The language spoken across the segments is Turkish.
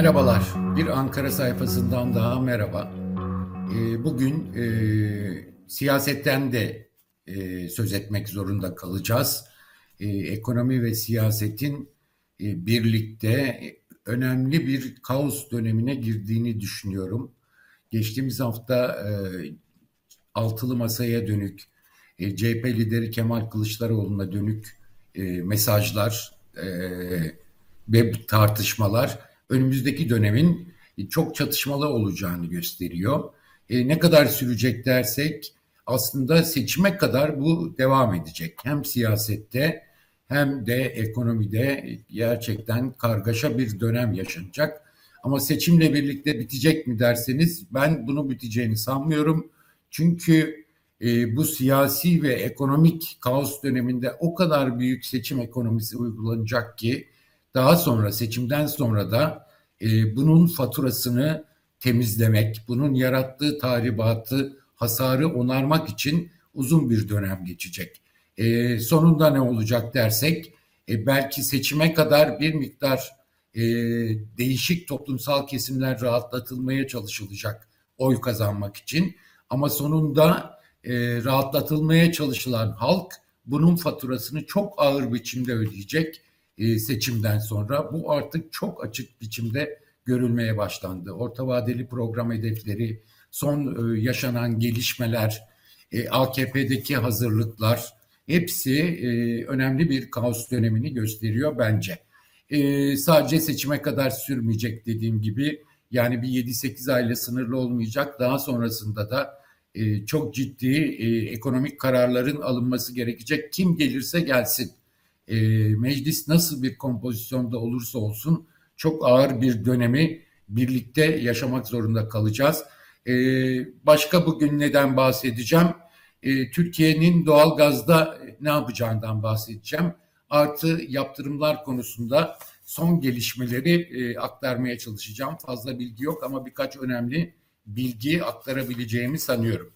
Merhabalar, bir Ankara sayfasından daha merhaba. Bugün siyasetten de söz etmek zorunda kalacağız. Ekonomi ve siyasetin birlikte önemli bir kaos dönemine girdiğini düşünüyorum. Geçtiğimiz hafta altılı masaya dönük, CHP lideri Kemal Kılıçdaroğlu'na dönük mesajlar ve tartışmalar önümüzdeki dönemin çok çatışmalı olacağını gösteriyor. Ne kadar sürecek dersek aslında seçime kadar bu devam edecek. Hem siyasette hem de ekonomide gerçekten kargaşa bir dönem yaşanacak. Ama seçimle birlikte bitecek mi derseniz ben bunu biteceğini sanmıyorum. Çünkü bu siyasi ve ekonomik kaos döneminde o kadar büyük seçim ekonomisi uygulanacak ki daha sonra seçimden sonra da bunun faturasını temizlemek, bunun yarattığı tahribatı, hasarı onarmak için uzun bir dönem geçecek. Sonunda ne olacak dersek, belki seçime kadar bir miktar değişik toplumsal kesimler rahatlatılmaya çalışılacak oy kazanmak için. Ama sonunda rahatlatılmaya çalışılan halk bunun faturasını çok ağır biçimde ödeyecek seçimden sonra. Bu artık çok açık biçimde görülmeye başlandı. Orta vadeli program hedefleri, son yaşanan gelişmeler, AKP'deki hazırlıklar hepsi önemli bir kaos dönemini gösteriyor bence. Sadece seçime kadar sürmeyecek dediğim gibi, yani bir 7-8 ayla sınırlı olmayacak. Daha sonrasında da çok ciddi ekonomik kararların alınması gerekecek. Kim gelirse gelsin. Meclis nasıl bir kompozisyonda olursa olsun çok ağır bir dönemi birlikte yaşamak zorunda kalacağız. Başka bugün neden bahsedeceğim? Türkiye'nin doğalgazda ne yapacağından bahsedeceğim. Artı yaptırımlar konusunda son gelişmeleri aktarmaya çalışacağım. Fazla bilgi yok ama birkaç önemli bilgi aktarabileceğimi sanıyorum.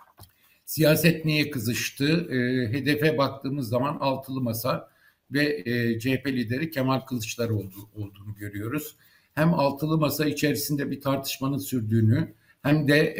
Siyaset niye kızıştı? Hedefe baktığımız zaman altılı masa ve CHP lideri Kemal Kılıçdaroğlu olduğunu görüyoruz. Hem altılı masa içerisinde bir tartışmanın sürdüğünü hem de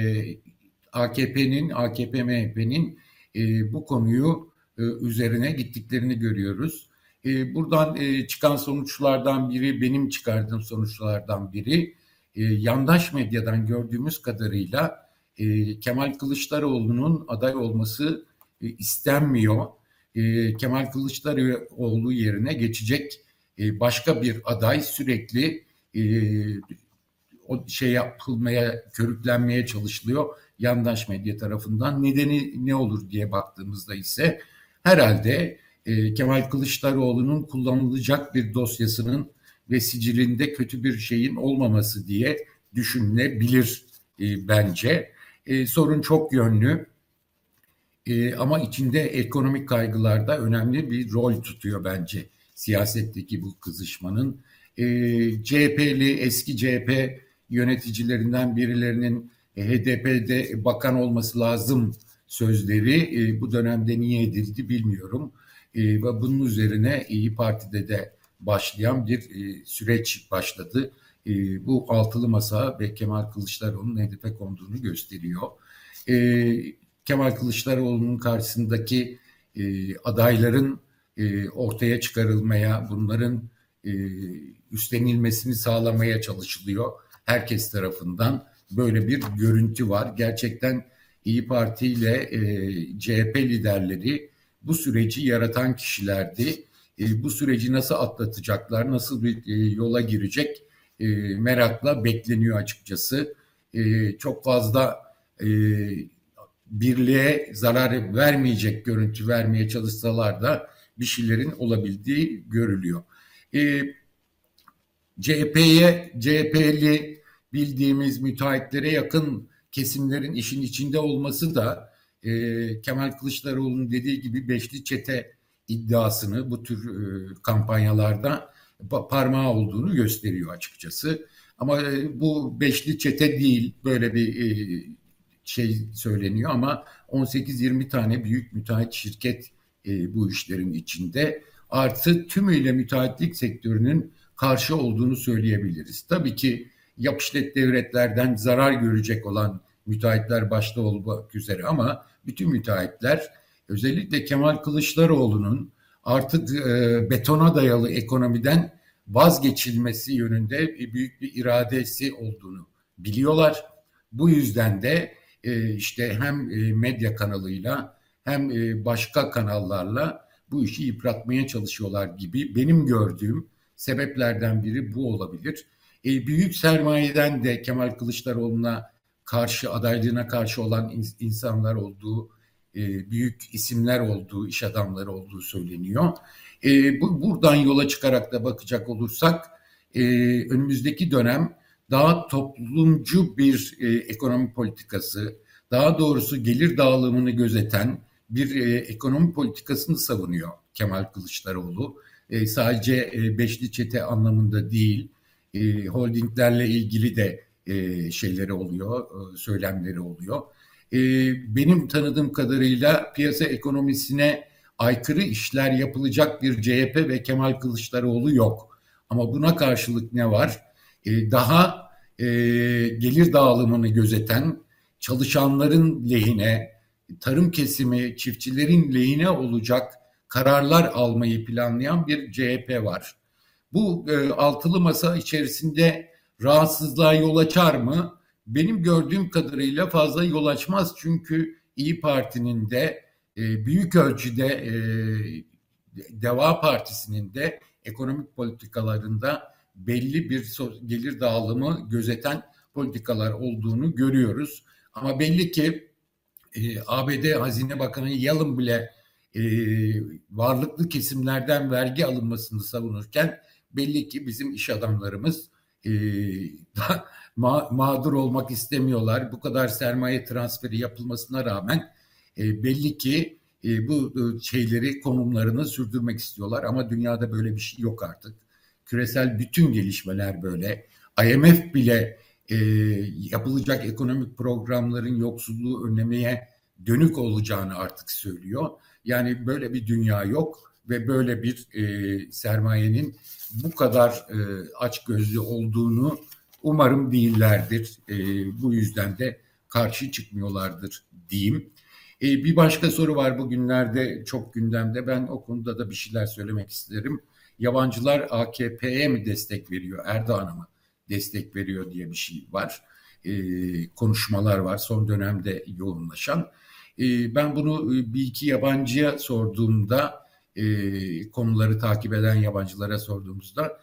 AKP, MHP'nin bu konuyu üzerine gittiklerini görüyoruz. Buradan çıkan sonuçlardan biri, benim çıkardığım sonuçlardan biri, yandaş medyadan gördüğümüz kadarıyla Kemal Kılıçdaroğlu'nun aday olması istenmiyor. Kemal Kılıçdaroğlu yerine geçecek başka bir aday sürekli o yapılmaya, körüklenmeye çalışılıyor yandaş medya tarafından. Nedeni ne olur diye baktığımızda ise herhalde Kemal Kılıçdaroğlu'nun kullanılacak bir dosyasının ve sicilinde kötü bir şeyin olmaması diye düşünülebilir bence. Sorun çok yönlü. Ama içinde ekonomik kaygılar da önemli bir rol tutuyor bence siyasetteki bu kızışmanın. CHP'li, eski CHP yöneticilerinden birilerinin HDP'de bakan olması lazım sözleri bu dönemde niye edildi bilmiyorum. Ve bunun üzerine İYİ Parti'de de başlayan bir süreç başladı. Bu altılı masa ve Kemal Kılıçdaroğlu'nun hedefe konduğunu gösteriyor. Kemal Kılıçdaroğlu'nun karşısındaki adayların ortaya çıkarılmaya, bunların üstlenilmesini sağlamaya çalışılıyor. Herkes tarafından böyle bir görüntü var. Gerçekten İYİ Parti ile CHP liderleri bu süreci yaratan kişilerdi. Bu süreci nasıl atlatacaklar, nasıl bir yola girecek merakla bekleniyor açıkçası. Çok fazla birliğe zarar vermeyecek görüntü vermeye çalışsalar da bir şeylerin olabildiği görülüyor. CHP'li bildiğimiz müteahhitlere yakın kesimlerin işin içinde olması da Kemal Kılıçdaroğlu'nun dediği gibi beşli çete iddiasını bu tür kampanyalarda parmağı olduğunu gösteriyor açıkçası. Ama bu beşli çete değil, böyle bir şey söyleniyor ama 18-20 tane büyük müteahhit şirket bu işlerin içinde. Artı tümüyle müteahhitlik sektörünün karşı olduğunu söyleyebiliriz. Tabii ki yap işlet devletlerden zarar görecek olan müteahhitler başta olmak üzere ama bütün müteahhitler özellikle Kemal Kılıçdaroğlu'nun artık betona dayalı ekonomiden vazgeçilmesi yönünde büyük bir iradesi olduğunu biliyorlar. Bu yüzden de işte hem medya kanalıyla hem başka kanallarla bu işi yıpratmaya çalışıyorlar gibi benim gördüğüm sebeplerden biri bu olabilir. Büyük sermayeden de Kemal Kılıçdaroğlu'na karşı, adaylığına karşı olan insanlar olduğu, büyük isimler olduğu, iş adamları olduğu söyleniyor. Buradan yola çıkarak da bakacak olursak önümüzdeki dönem daha toplumcu bir ekonomi politikası, daha doğrusu gelir dağılımını gözeten bir ekonomi politikasını savunuyor Kemal Kılıçdaroğlu. Sadece beşli çete anlamında değil, holdinglerle ilgili de şeyleri oluyor, söylemleri oluyor. Benim tanıdığım kadarıyla piyasa ekonomisine aykırı işler yapılacak bir CHP ve Kemal Kılıçdaroğlu yok. Ama buna karşılık ne var? Daha gelir dağılımını gözeten, çalışanların lehine, tarım kesimi, çiftçilerin lehine olacak kararlar almayı planlayan bir CHP var. Bu altılı masa içerisinde rahatsızlığa yol açar mı? Benim gördüğüm kadarıyla fazla yol açmaz. Çünkü İyi Parti'nin de büyük ölçüde Deva Partisi'nin de ekonomik politikalarında belli bir gelir dağılımı gözeten politikalar olduğunu görüyoruz. Ama belli ki ABD Hazine Bakanı Yellen bile varlıklı kesimlerden vergi alınmasını savunurken belli ki bizim iş adamlarımız mağdur olmak istemiyorlar. Bu kadar sermaye transferi yapılmasına rağmen belli ki bu şeyleri, konumlarını sürdürmek istiyorlar. Ama dünyada böyle bir şey yok artık. Küresel bütün gelişmeler böyle. IMF bile yapılacak ekonomik programların yoksulluğu önlemeye dönük olacağını artık söylüyor. Yani böyle bir dünya yok ve böyle bir sermayenin bu kadar açgözlü olduğunu umarım değillerdir. Bu yüzden de karşı çıkmıyorlardır diyeyim. Bir başka soru var bugünlerde çok gündemde. Ben o konuda da bir şeyler söylemek isterim. Yabancılar AKP'ye mi destek veriyor, Erdoğan'a mı destek veriyor diye bir şey var. Konuşmalar var son dönemde yoğunlaşan. Ben bunu bir iki yabancıya sorduğumda, konuları takip eden yabancılara sorduğumuzda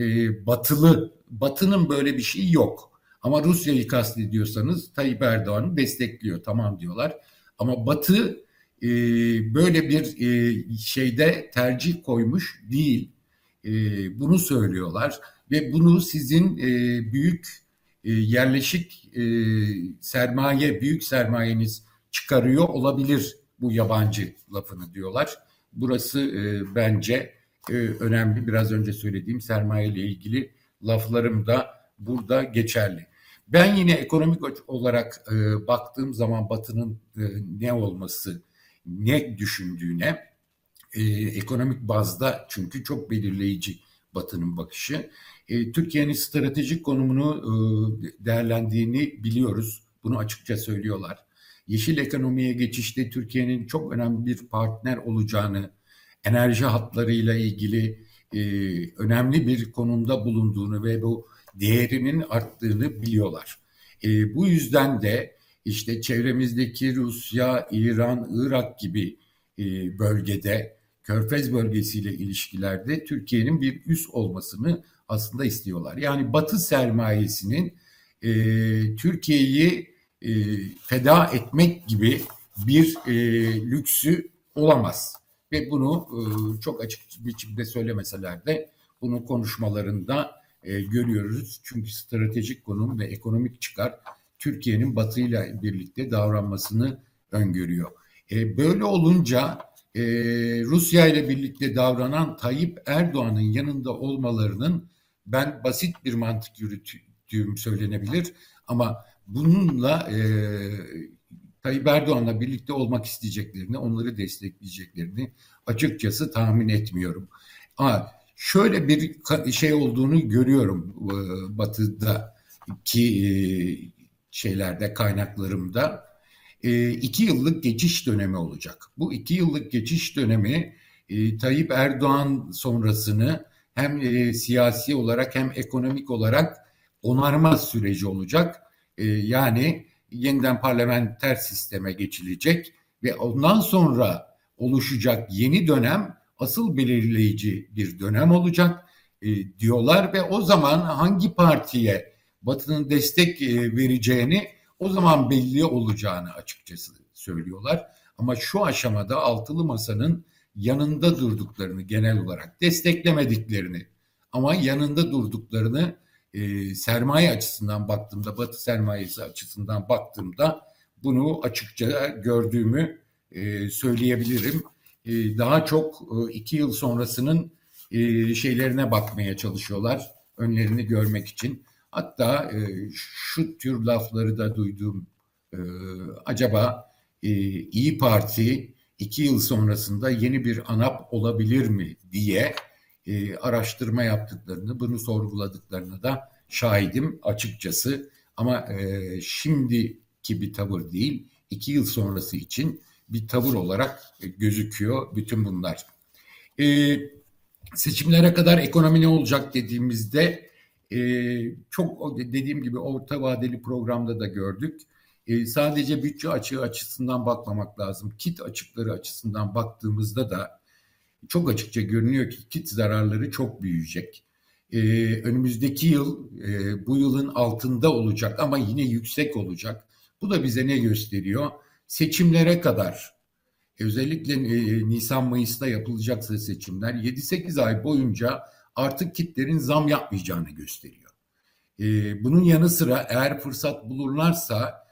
Batı'nın böyle bir şey yok. Ama Rusya'yı kastediyorsanız Tayyip Erdoğan'ı destekliyor, tamam diyorlar. Ama Batı böyle bir şeyde tercih koymuş değil. Bunu söylüyorlar ve bunu sizin büyük yerleşik sermaye, büyük sermayeniz çıkarıyor olabilir bu yabancı lafını diyorlar. Burası bence önemli. Biraz önce söylediğim sermaye ile ilgili laflarım da burada geçerli. Ben yine ekonomik olarak baktığım zaman Batı'nın ne olması, ne düşündüğüne ekonomik bazda çünkü çok belirleyici Batı'nın bakışı. Türkiye'nin stratejik konumunu değerlendiğini biliyoruz. Bunu açıkça söylüyorlar. Yeşil ekonomiye geçişte Türkiye'nin çok önemli bir partner olacağını, enerji hatlarıyla ilgili önemli bir konumda bulunduğunu ve bu değerinin arttığını biliyorlar. Bu yüzden de işte çevremizdeki Rusya, İran, Irak gibi bölgede, Körfez bölgesiyle ilişkilerde Türkiye'nin bir üs olmasını aslında istiyorlar. Yani Batı sermayesinin Türkiye'yi feda etmek gibi bir lüksü olamaz. Ve bunu çok açık biçimde söylemeseler de bunu konuşmalarında görüyoruz. Çünkü stratejik konum ve ekonomik çıkar Türkiye'nin Batı ile birlikte davranmasını öngörüyor. Böyle olunca Rusya ile birlikte davranan Tayyip Erdoğan'ın yanında olmalarının ben basit bir mantık yürüttüğüm söylenebilir. Ama bununla Tayyip Erdoğan'la birlikte olmak isteyeceklerini, onları destekleyeceklerini açıkçası tahmin etmiyorum. Ama şöyle bir şey olduğunu görüyorum Batı'daki şeylerde, kaynaklarımda. 2 yıllık geçiş dönemi olacak. Bu 2 yıllık geçiş dönemi Tayyip Erdoğan sonrasını hem siyasi olarak hem ekonomik olarak onarma süreci olacak. Yani yeniden parlamenter sisteme geçilecek ve ondan sonra oluşacak yeni dönem asıl belirleyici bir dönem olacak diyorlar ve o zaman hangi partiye Batı'nın destek vereceğini o zaman belli olacağını açıkçası söylüyorlar. Ama şu aşamada altılı masanın yanında durduklarını, genel olarak desteklemediklerini ama yanında durduklarını sermaye açısından baktığımda, Batı sermayesi açısından baktığımda bunu açıkça gördüğümü söyleyebilirim. Daha çok 2 yıl sonrasının şeylerine bakmaya çalışıyorlar, önlerini görmek için. Hatta şu tür lafları da duydum. Acaba İyi Parti 2 yıl sonrasında yeni bir ANAP olabilir mi diye araştırma yaptıklarını, bunu sorguladıklarını da şahidim açıkçası. Ama şimdiki bir tavır değil, 2 yıl sonrası için bir tavır olarak gözüküyor bütün bunlar. Seçimlere kadar ekonomi ne olacak dediğimizde çok dediğim gibi orta vadeli programda da gördük. Sadece bütçe açığı açısından bakmamak lazım. Kit açıkları açısından baktığımızda da çok açıkça görünüyor ki kit zararları çok büyüyecek. Önümüzdeki yıl bu yılın altında olacak ama yine yüksek olacak. Bu da bize ne gösteriyor? Seçimlere kadar özellikle Nisan-Mayıs'ta yapılacaksa seçimler 7-8 ay boyunca artık kitlerin zam yapmayacağını gösteriyor. Bunun yanı sıra eğer fırsat bulurlarsa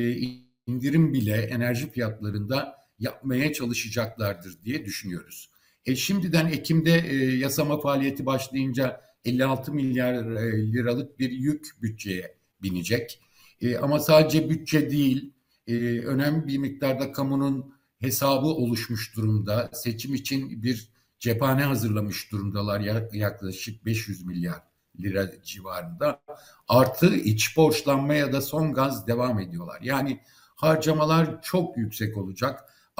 indirim bile enerji fiyatlarında yapmaya çalışacaklardır diye düşünüyoruz. Şimdiden Ekim'de yasama faaliyeti başlayınca 56 milyar liralık bir yük bütçeye binecek. Ama sadece bütçe değil, önemli bir miktarda kamunun hesabı oluşmuş durumda. Seçim için bir cephane hazırlamış durumdalar, yaklaşık 500 milyar lira civarında. Artı iç borçlanmaya da son gaz devam ediyorlar. Yani harcamalar çok yüksek olacak.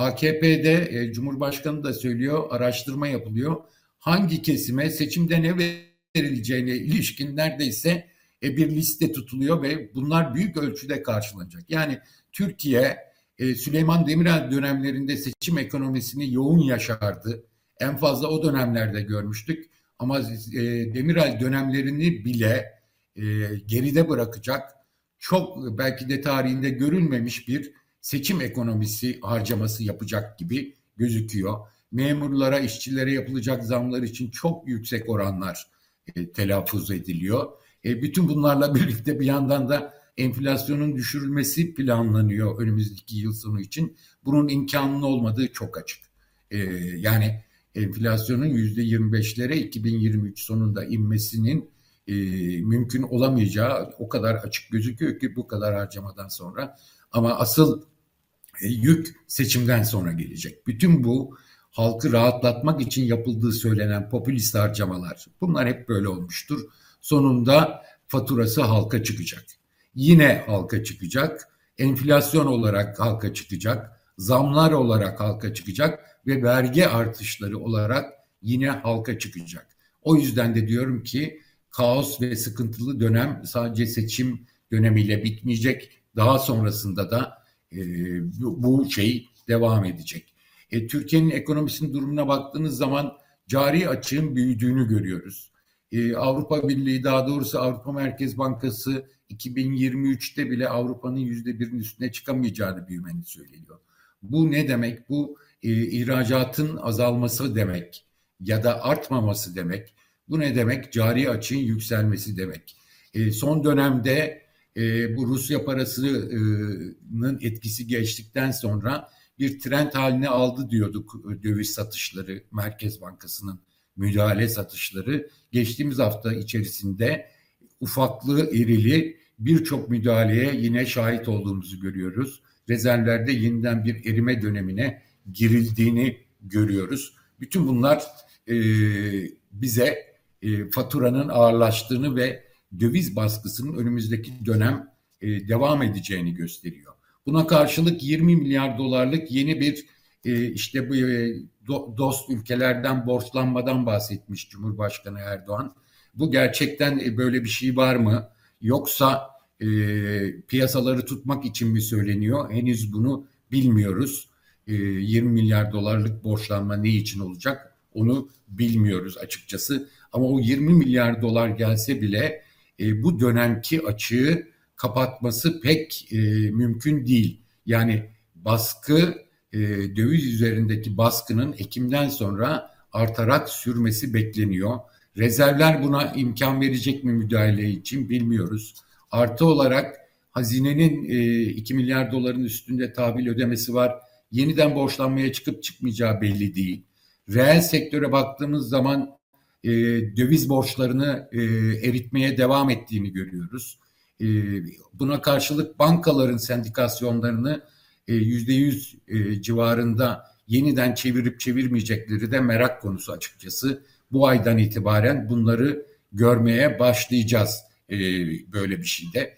AKP'de Cumhurbaşkanı da söylüyor, araştırma yapılıyor. Hangi kesime seçimde ne verileceğine ilişkin neredeyse bir liste tutuluyor ve bunlar büyük ölçüde karşılanacak. Yani Türkiye Süleyman Demirel dönemlerinde seçim ekonomisini yoğun yaşardı. En fazla o dönemlerde görmüştük. Ama Demirel dönemlerini bile geride bırakacak, çok belki de tarihinde görülmemiş bir seçim ekonomisi harcaması yapacak gibi gözüküyor. Memurlara, işçilere yapılacak zamlar için çok yüksek oranlar telaffuz ediliyor. Bütün bunlarla birlikte bir yandan da enflasyonun düşürülmesi planlanıyor önümüzdeki yıl sonu için. Bunun imkanının olmadığı çok açık. Yani enflasyonun %25'lere 2023 sonunda inmesinin mümkün olamayacağı o kadar açık gözüküyor ki bu kadar harcamadan sonra. Ama asıl yük seçimden sonra gelecek. Bütün bu halkı rahatlatmak için yapıldığı söylenen popülist harcamalar, bunlar hep böyle olmuştur. Sonunda faturası halka çıkacak. Yine halka çıkacak, enflasyon olarak halka çıkacak, zamlar olarak halka çıkacak ve vergi artışları olarak yine halka çıkacak. O yüzden de diyorum ki kaos ve sıkıntılı dönem sadece seçim dönemiyle bitmeyecek. Daha sonrasında da bu şey devam edecek. Türkiye'nin ekonomisinin durumuna baktığınız zaman cari açığın büyüdüğünü görüyoruz. Avrupa Birliği, daha doğrusu Avrupa Merkez Bankası 2023'te bile Avrupa'nın %1'in üstüne çıkamayacağını büyümeni söylüyor. Bu ne demek? Bu ihracatın azalması demek ya da artmaması demek. Bu ne demek? Cari açığın yükselmesi demek. Son dönemde bu Rusya parasının etkisi geçtikten sonra bir trend haline aldı diyorduk döviz satışları, Merkez Bankası'nın müdahale satışları. Geçtiğimiz hafta içerisinde ufaklı, irili birçok müdahaleye yine şahit olduğumuzu görüyoruz. Rezervlerde yeniden bir erime dönemine girildiğini görüyoruz. Bütün bunlar bize faturanın ağırlaştığını ve döviz baskısının önümüzdeki dönem devam edeceğini gösteriyor. Buna karşılık 20 milyar dolarlık yeni bir işte bu dost ülkelerden borçlanmadan bahsetmiş Cumhurbaşkanı Erdoğan. Bu gerçekten böyle bir şey var mı? Yoksa piyasaları tutmak için mi söyleniyor? Henüz bunu bilmiyoruz. 20 milyar dolarlık borçlanma ne için olacak? Onu bilmiyoruz açıkçası. Ama o 20 milyar dolar gelse bile bu dönemki açığı kapatması pek mümkün değil. Yani baskı, döviz üzerindeki baskının Ekim'den sonra artarak sürmesi bekleniyor. Rezervler buna imkan verecek mi müdahale için bilmiyoruz. Artı olarak hazinenin 2 milyar doların üstünde tahvil ödemesi var. Yeniden borçlanmaya çıkıp çıkmayacağı belli değil. Reel sektöre baktığımız zaman döviz borçlarını eritmeye devam ettiğini görüyoruz. Buna karşılık bankaların sendikasyonlarını %100 civarında yeniden çevirip çevirmeyecekleri de merak konusu açıkçası. Bu aydan itibaren bunları görmeye başlayacağız böyle bir şeyde.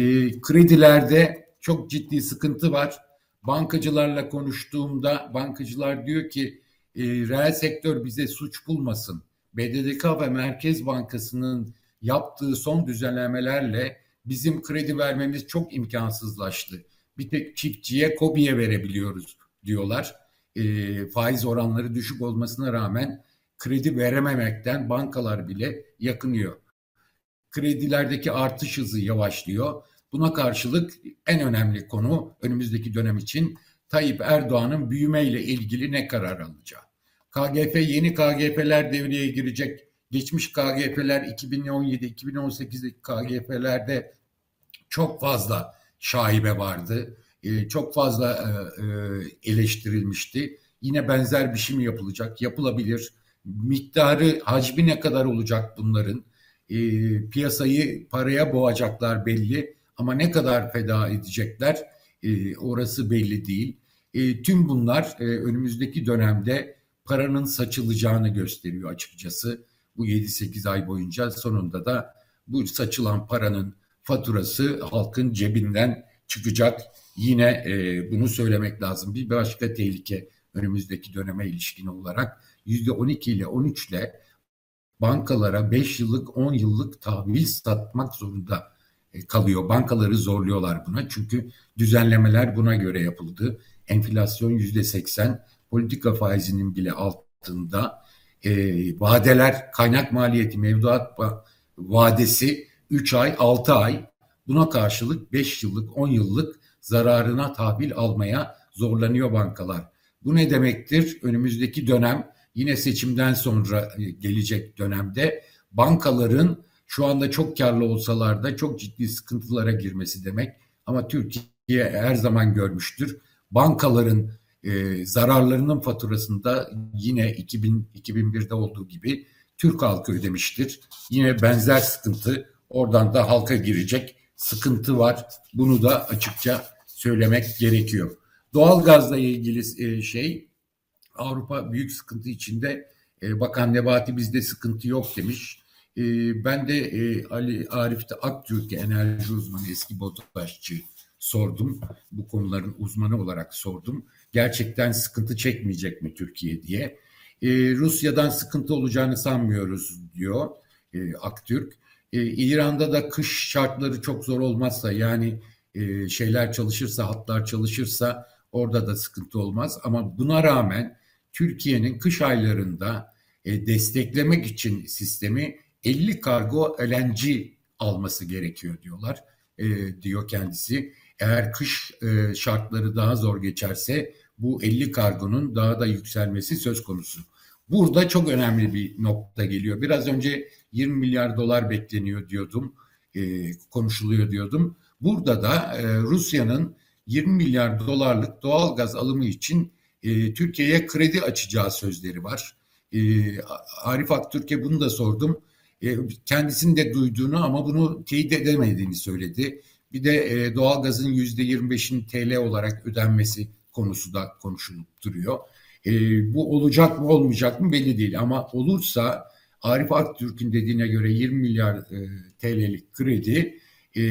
Kredilerde çok ciddi sıkıntı var. Bankacılarla konuştuğumda bankacılar diyor ki reel sektör bize suç bulmasın. BDDK ve Merkez Bankası'nın yaptığı son düzenlemelerle bizim kredi vermemiz çok imkansızlaştı. Bir tek çiftçiye, KOBİ'ye verebiliyoruz diyorlar. Faiz oranları düşük olmasına rağmen kredi verememekten bankalar bile yakınıyor. Kredilerdeki artış hızı yavaşlıyor. Buna karşılık en önemli konu önümüzdeki dönem için Tayyip Erdoğan'ın büyümeyle ilgili ne karar alacağı. Yeni KGF'ler devreye girecek. Geçmiş KGF'ler 2017-2018'deki KGF'lerde çok fazla şaibe vardı. Çok fazla eleştirilmişti. Yine benzer bir şey mi yapılacak? Yapılabilir. Miktarı, hacmi ne kadar olacak bunların? Piyasayı paraya boğacaklar belli. Ama ne kadar feda edecekler? Orası belli değil. Tüm bunlar önümüzdeki dönemde paranın saçılacağını gösteriyor açıkçası. Bu 7-8 ay boyunca sonunda da bu saçılan paranın faturası halkın cebinden çıkacak. Yine bunu söylemek lazım. Bir başka tehlike önümüzdeki döneme ilişkin olarak %12 ile 13 ile bankalara 5 yıllık 10 yıllık tahvil satmak zorunda kalıyor. Bankaları zorluyorlar buna. Çünkü düzenlemeler buna göre yapıldı. Enflasyon %80, politika faizinin bile altında. Vadeler, kaynak maliyeti, mevduat vadesi 3 ay, 6 ay. Buna karşılık 5 yıllık, 10 yıllık zararına tahvil almaya zorlanıyor bankalar. Bu ne demektir? Önümüzdeki dönem, yine seçimden sonra gelecek dönemde bankaların şu anda çok karlı olsalar da çok ciddi sıkıntılara girmesi demek. Ama Türkiye her zaman görmüştür. Bankaların zararlarının faturasında yine 2000-2001'de olduğu gibi Türk halkı ödemiştir. Yine benzer sıkıntı, oradan da halka girecek sıkıntı var. Bunu da açıkça söylemek gerekiyor. Doğalgazla ilgili Avrupa büyük sıkıntı içinde. Bakan Nebati bizde sıkıntı yok demiş. Ben de Ali Arif Aktürk'e, enerji uzmanı, eski BOTAŞçı sordum. Bu konuların uzmanı olarak sordum. Gerçekten sıkıntı çekmeyecek mi Türkiye diye. Rusya'dan sıkıntı olacağını sanmıyoruz diyor Aktürk. İran'da da kış şartları çok zor olmazsa, yani şeyler çalışırsa, hatlar çalışırsa orada da sıkıntı olmaz. Ama buna rağmen Türkiye'nin kış aylarında desteklemek için sistemi 50 kargo LNG alması gerekiyor diyorlar, diyor kendisi. Eğer kış şartları daha zor geçerse bu 50 kargonun daha da yükselmesi söz konusu. Burada çok önemli bir nokta geliyor. Biraz önce 20 milyar dolar bekleniyor diyordum, konuşuluyor diyordum. Burada da Rusya'nın 20 milyar dolarlık doğal gaz alımı için Türkiye'ye kredi açacağı sözleri var. Arif Aktürk'e bunu da sordum. Kendisinin de duyduğunu ama bunu teyit edemediğini söyledi. Bir de doğalgazın %25'in TL olarak ödenmesi konusu da konuşulup duruyor. Bu olacak mı olmayacak mı belli değil ama olursa Arif Aktürk'ün dediğine göre 20 milyar TL'lik kredi e,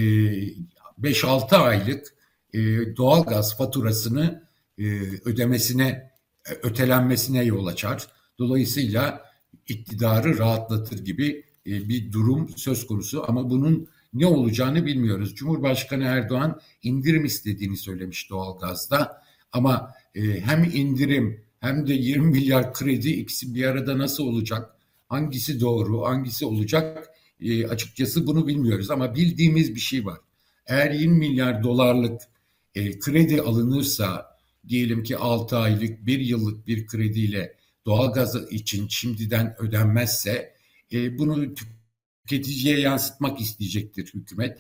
5-6 aylık doğalgaz faturasını ödemesine, ötelenmesine yol açar. Dolayısıyla iktidarı rahatlatır gibi bir durum söz konusu ama bunun ne olacağını bilmiyoruz. Cumhurbaşkanı Erdoğan indirim istediğini söylemiş doğalgazda ama hem indirim hem de 20 milyar kredi, ikisi bir arada nasıl olacak? Hangisi doğru, hangisi olacak? Açıkçası bunu bilmiyoruz ama bildiğimiz bir şey var. Eğer 20 milyar dolarlık kredi alınırsa, diyelim ki 6 aylık, 1 yıllık bir krediyle doğalgaz için şimdiden ödenmezse bunu tüketiciye yansıtmak isteyecektir hükümet.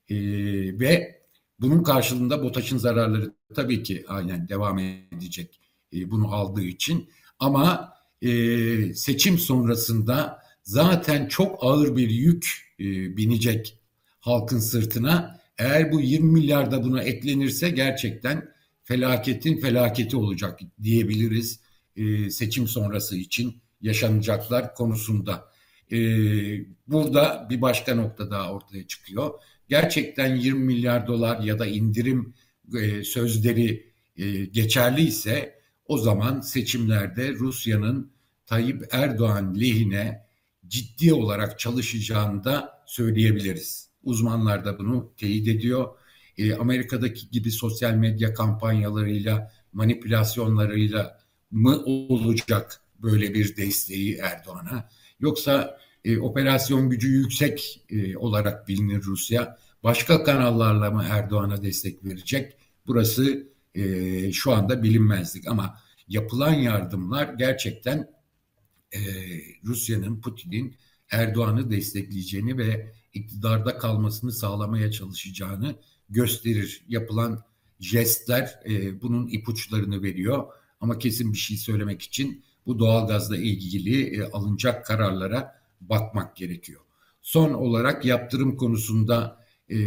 Ve bunun karşılığında BOTAŞ'ın zararları tabii ki aynen devam edecek bunu aldığı için. Ama seçim sonrasında zaten çok ağır bir yük binecek halkın sırtına. Eğer bu 20 milyar da buna eklenirse gerçekten felaketin felaketi olacak diyebiliriz seçim sonrası için yaşanacaklar konusunda. Burada bir başka nokta daha ortaya çıkıyor. Gerçekten 20 milyar dolar ya da indirim sözleri geçerliyse o zaman seçimlerde Rusya'nın Tayyip Erdoğan lehine ciddi olarak çalışacağını da söyleyebiliriz. Uzmanlar da bunu teyit ediyor. Amerika'daki gibi sosyal medya kampanyalarıyla, manipülasyonlarıyla mı olacak böyle bir desteği Erdoğan'a? Yoksa operasyon gücü yüksek olarak bilinir Rusya. Başka kanallarla mı Erdoğan'a destek verecek? Burası şu anda bilinmezlik ama yapılan yardımlar gerçekten Rusya'nın, Putin'in Erdoğan'ı destekleyeceğini ve iktidarda kalmasını sağlamaya çalışacağını gösterir. Yapılan jestler bunun ipuçlarını veriyor. Ama kesin bir şey söylemek için bu doğalgazla ilgili alınacak kararlara bakmak gerekiyor. Son olarak yaptırım konusunda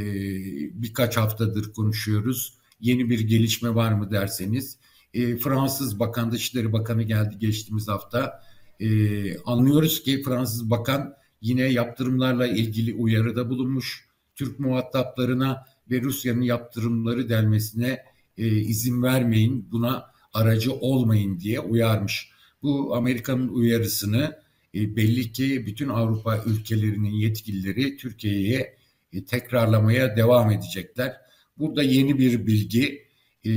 birkaç haftadır konuşuyoruz. Yeni bir gelişme var mı derseniz, Fransız Bakan, Dışişleri Bakanı geldi geçtiğimiz hafta. Anlıyoruz ki Fransız Bakan yine yaptırımlarla ilgili uyarıda bulunmuş. Türk muhataplarına ve Rusya'nın yaptırımları delmesine izin vermeyin, buna aracı olmayın diye uyarmış. Bu Amerika'nın uyarısını belli ki bütün Avrupa ülkelerinin yetkilileri Türkiye'ye tekrarlamaya devam edecekler. Burada yeni bir bilgi,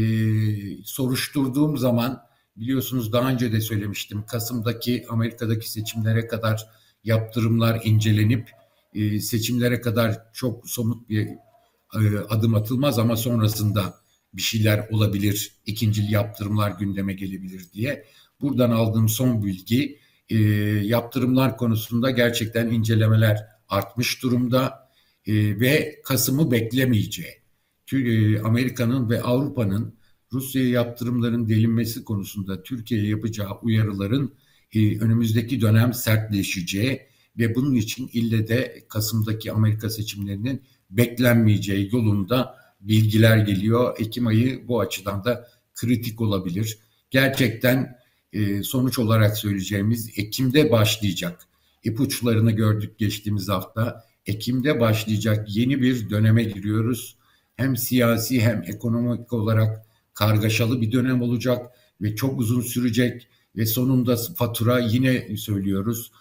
soruşturduğum zaman, biliyorsunuz daha önce de söylemiştim, Kasım'daki Amerika'daki seçimlere kadar yaptırımlar incelenip seçimlere kadar çok somut bir adım atılmaz ama sonrasında bir şeyler olabilir, ikincil yaptırımlar gündeme gelebilir diye. Buradan aldığım son bilgi, yaptırımlar konusunda gerçekten incelemeler artmış durumda ve Kasım'ı beklemeyeceği. Amerika'nın ve Avrupa'nın Rusya'ya yaptırımların delinmesi konusunda Türkiye'ye yapacağı uyarıların önümüzdeki dönem sertleşeceği ve bunun için ille de Kasım'daki Amerika seçimlerinin beklenmeyeceği yolunda bilgiler geliyor. Ekim ayı bu açıdan da kritik olabilir. Gerçekten sonuç olarak söyleyeceğimiz, Ekim'de başlayacak. İpuçlarını gördük geçtiğimiz hafta. Ekim'de başlayacak yeni bir döneme giriyoruz. Hem siyasi hem ekonomik olarak kargaşalı bir dönem olacak ve çok uzun sürecek ve sonunda fatura, yine söylüyoruz,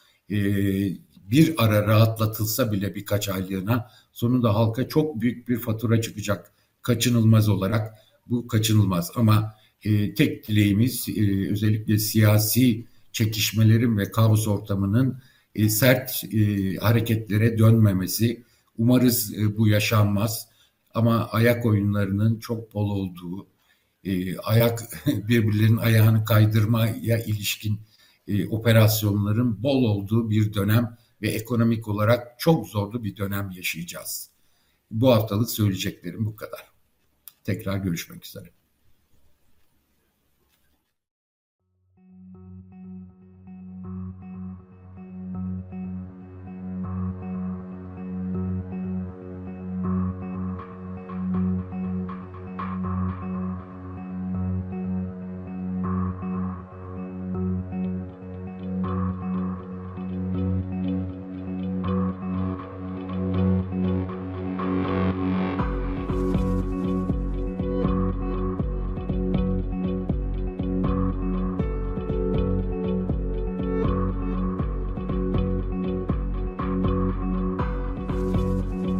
bir ara rahatlatılsa bile birkaç aylığına sonunda halka çok büyük bir fatura çıkacak kaçınılmaz olarak. Bu kaçınılmaz ama tek dileğimiz özellikle siyasi çekişmelerin ve kaos ortamının sert hareketlere dönmemesi. Umarız bu yaşanmaz ama ayak oyunlarının çok bol olduğu, birbirlerinin ayağını kaydırmaya ilişkin operasyonların bol olduğu bir dönem ve ekonomik olarak çok zorlu bir dönem yaşayacağız. Bu haftalık söyleyeceklerim bu kadar. Tekrar görüşmek üzere.